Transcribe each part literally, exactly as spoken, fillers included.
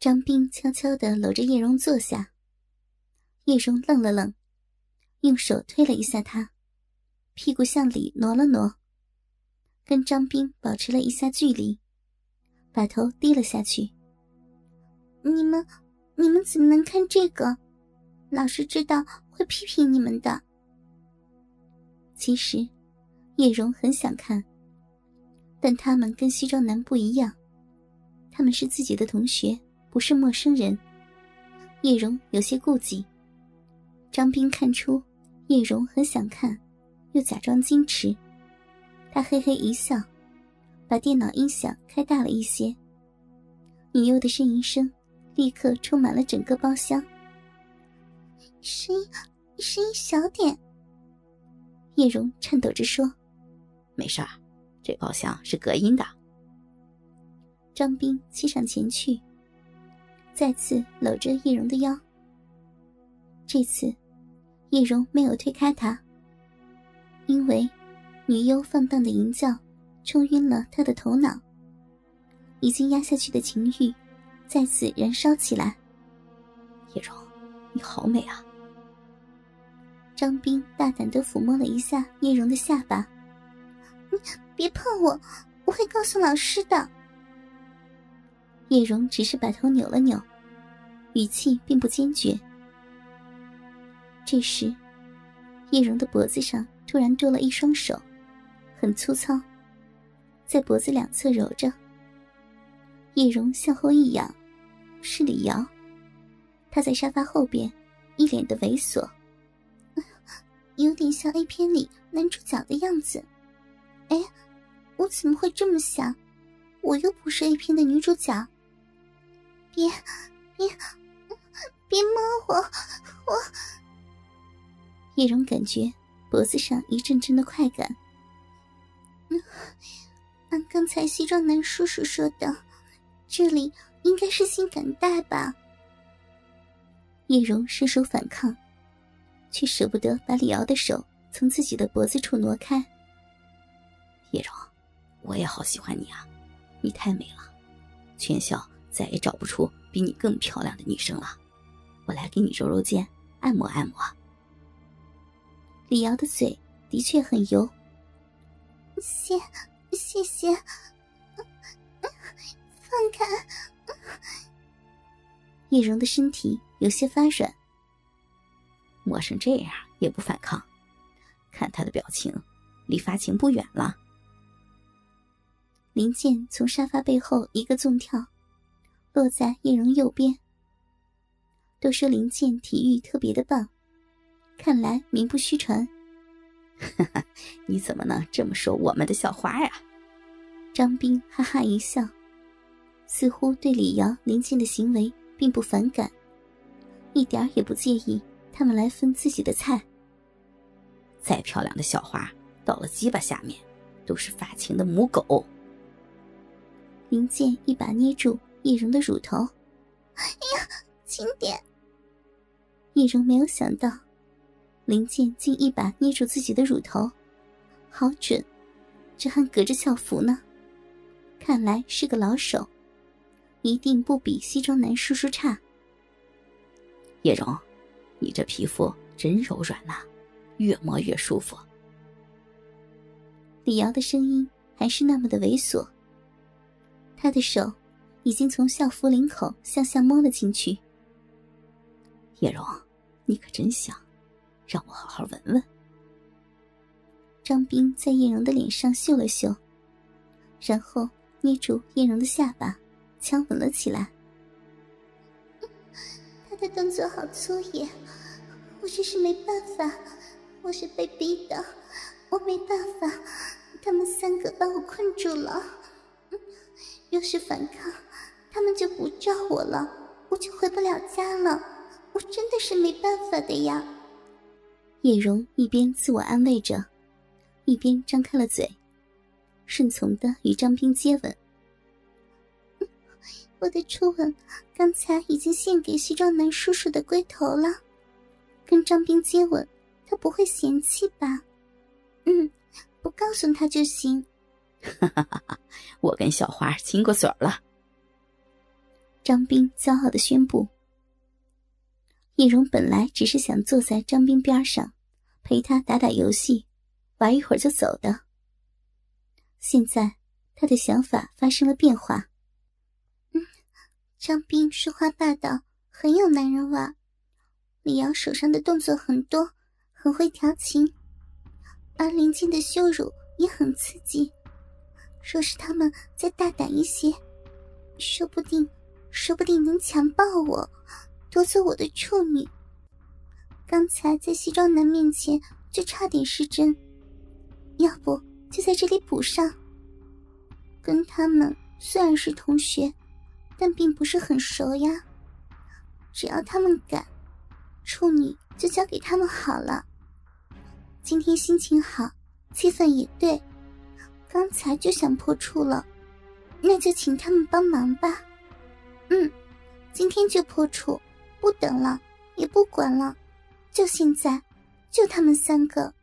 张斌悄悄地搂着叶蓉坐下，叶蓉愣了愣，用手推了一下他，屁股向里挪了挪，跟张斌保持了一下距离，把头低了下去。你们你们怎么能看这个？老师知道会批评你们的。其实叶蓉很想看，但他们跟西装男不一样，他们是自己的同学，不是陌生人。叶蓉有些顾忌。张斌看出叶蓉很想看，又假装矜持，他嘿嘿一笑，把电脑音响开大了一些，女优的呻吟声立刻充满了整个包厢。声音声音小点。叶蓉颤抖着说， 没事儿，这包厢是隔音的。 张斌骑上前去，再次搂着叶蓉的腰。这次叶蓉没有推开他，因为女优放荡的吟叫冲晕了他的头脑，已经压下去的情欲再次燃烧起来。 叶蓉，你好美啊。 张斌大胆地抚摸了一下叶蓉的下巴。你别碰我，我会告诉老师的。叶蓉只是把头扭了扭，语气并不坚决。这时叶蓉的脖子上突然多了一双手，很粗糙，在脖子两侧揉着。叶蓉向后一仰，是李瑶，她在沙发后边，一脸的猥琐，有点像 A 片里男主角的样子。哎，我怎么会这么想？我又不是 A 片的女主角。别别别摸我我叶蓉感觉脖子上一阵阵的快感。嗯，按刚才西装男叔叔说的，这里应该是性感带吧。叶蓉伸手反抗，却舍不得把李瑶的手从自己的脖子处挪开。 叶蓉，我也好喜欢你啊，你太美了，全校再也找不出比你更漂亮的女生了。我来给你揉揉肩，按摩按摩。 李瑶的嘴的确很油。谢谢谢，放开。叶蓉的身体有些发软， 磨成这样也不反抗，看他的表情离发情不远了。 林健从沙发背后一个纵跳，落在叶蓉右边。都说林健体育特别的棒，看来名不虚传。 你怎么能这么说我们的小花呀？ 张斌哈哈一笑，似乎对李瑶、林健的行为并不反感，一点也不介意他们来分自己的菜。 再漂亮的小花到了鸡巴下面都是发情的母狗。 林健一把捏住叶蓉的乳头。哎呀，轻点。叶蓉没有想到林健竟一把捏住自己的乳头，好准，这还隔着校服呢，看来是个老手，一定不比西装男叔叔差。 叶蓉，你这皮肤真柔软呐、啊，越摸越舒服。 李瑶的声音还是那么的猥琐，他的手已经从校服领口向下摸了进去。 叶蓉，你可真香，让我好好闻闻。 张斌在叶蓉的脸上嗅了嗅，然后捏住叶蓉的下巴，强吻了起来。他的动作好粗野，我真是没办法，我是被逼的，我没办法，他们三个把我困住了。要是反抗，他们就不照我了，我就回不了家了，我真的是没办法的呀。叶蓉一边自我安慰着，一边张开了嘴，顺从地与张斌接吻。我的初吻刚才已经献给西装男叔叔的龟头了，跟张斌接吻他不会嫌弃吧？嗯，不告诉他就行。 哈哈哈！我跟小花亲过嘴了。 张斌骄傲地宣布。叶蓉本来只是想坐在张斌边上，陪他打打游戏，玩一会儿就走的。现在他的想法发生了变化。嗯，张斌说话霸道，很有男人味。李瑶手上的动作很多，很会调情，而林静的羞辱也很刺激。若是他们再大胆一些，说不定说不定能强暴我，夺走我的处女。刚才在西装男面前就差点失真，要不就在这里补上。跟他们虽然是同学，但并不是很熟呀。只要他们敢，处女就交给他们好了。今天心情好，气氛也对，刚才就想破处了，那就请他们帮忙吧。嗯，今天就破处，不等了，也不管了，就现在，就他们三个。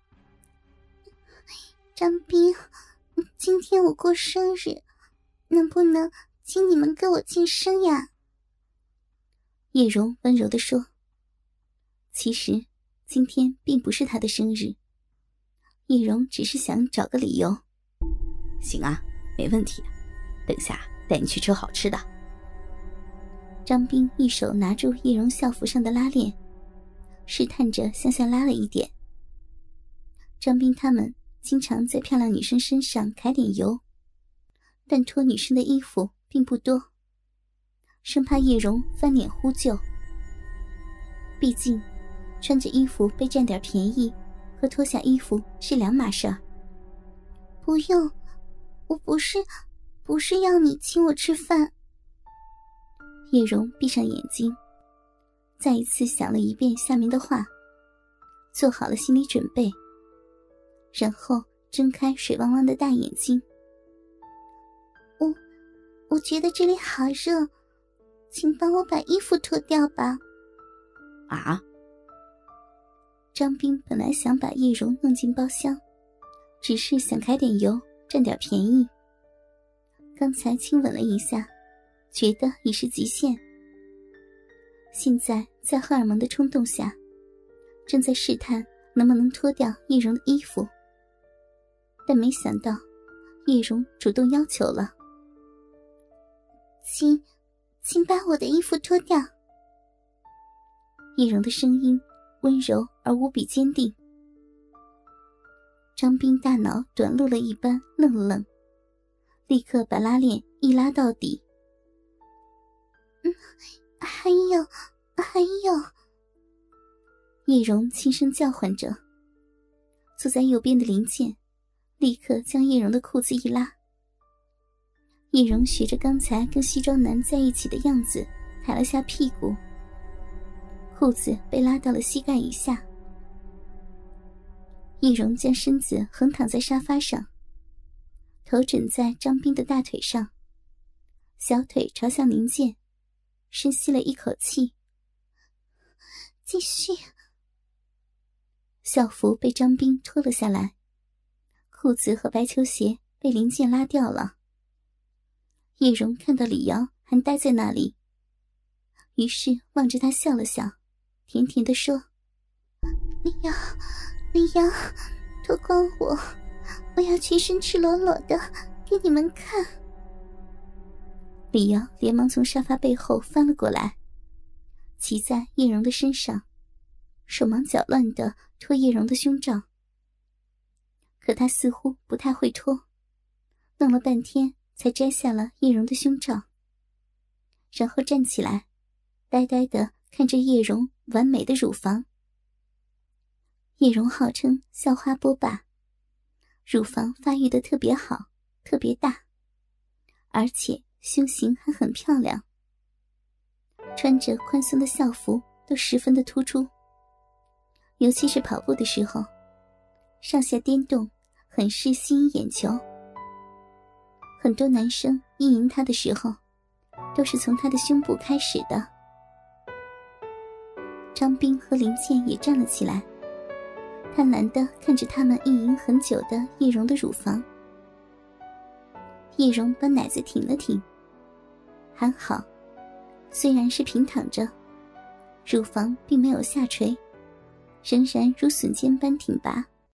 张斌，今天我过生日，能不能请你们给我庆生呀？叶蓉温柔地说。其实今天并不是她的生日，叶蓉只是想找个理由。 行啊，没问题，等下带你去吃好吃的。 张斌一手拿住叶蓉校服上的拉链，试探着向下拉了一点。张斌他们经常在漂亮女生身上揩点油，但脱女生的衣服并不多，生怕叶蓉翻脸呼救。毕竟穿着衣服被占点便宜和脱下衣服是两码事儿。不用，我不是不是要你请我吃饭。叶蓉闭上眼睛，再一次想了一遍下面的话，做好了心理准备，然后睁开水汪汪的大眼睛。我我觉得这里好热，请帮我把衣服脱掉吧。 啊？ 张斌本来想把叶蓉弄进包厢，只是想揩点油占点便宜。刚才亲吻了一下，觉得已是极限。现在在荷尔蒙的冲动下，正在试探能不能脱掉叶蓉的衣服。但没想到叶蓉主动要求了。请请把我的衣服脱掉。叶蓉的声音温柔而无比坚定。张斌大脑短路了一般愣了愣，立刻把拉链一拉到底。嗯，还有还有。叶蓉轻声叫唤着。坐在右边的林健立刻将叶蓉的裤子一拉。叶蓉学着刚才跟西装男在一起的样子抬了下屁股，裤子被拉到了膝盖以下。叶蓉将身子横躺在沙发上，头枕在张斌的大腿上，小腿朝向林健，深吸了一口气。继续。校服被张斌脱了下来，裤子和白球鞋被林健拉掉了。叶蓉看到李瑶还待在那里，于是望着他笑了笑，甜甜地说：李瑶，李瑶，脱光我，我要全身赤裸裸的给你们看。李瑶连忙从沙发背后翻了过来，骑在叶蓉的身上，手忙脚乱地脱叶蓉的胸罩。可她似乎不太会脱，弄了半天才摘下了叶蓉的胸罩，然后站起来，呆呆地看着叶蓉完美的乳房。叶蓉号称校花波霸，乳房发育得特别好，特别大，而且胸型还很漂亮，穿着宽松的校服都十分的突出，尤其是跑步的时候，上下颠动，很是吸引眼球。很多男生意淫她的时候，都是从她的胸部开始的。张斌和林健也站了起来，贪婪地看着他们意淫很久的叶蓉的乳房。叶蓉把奶子挺了挺，还好虽然是平躺着，乳房并没有下垂，仍然如笋尖般挺拔。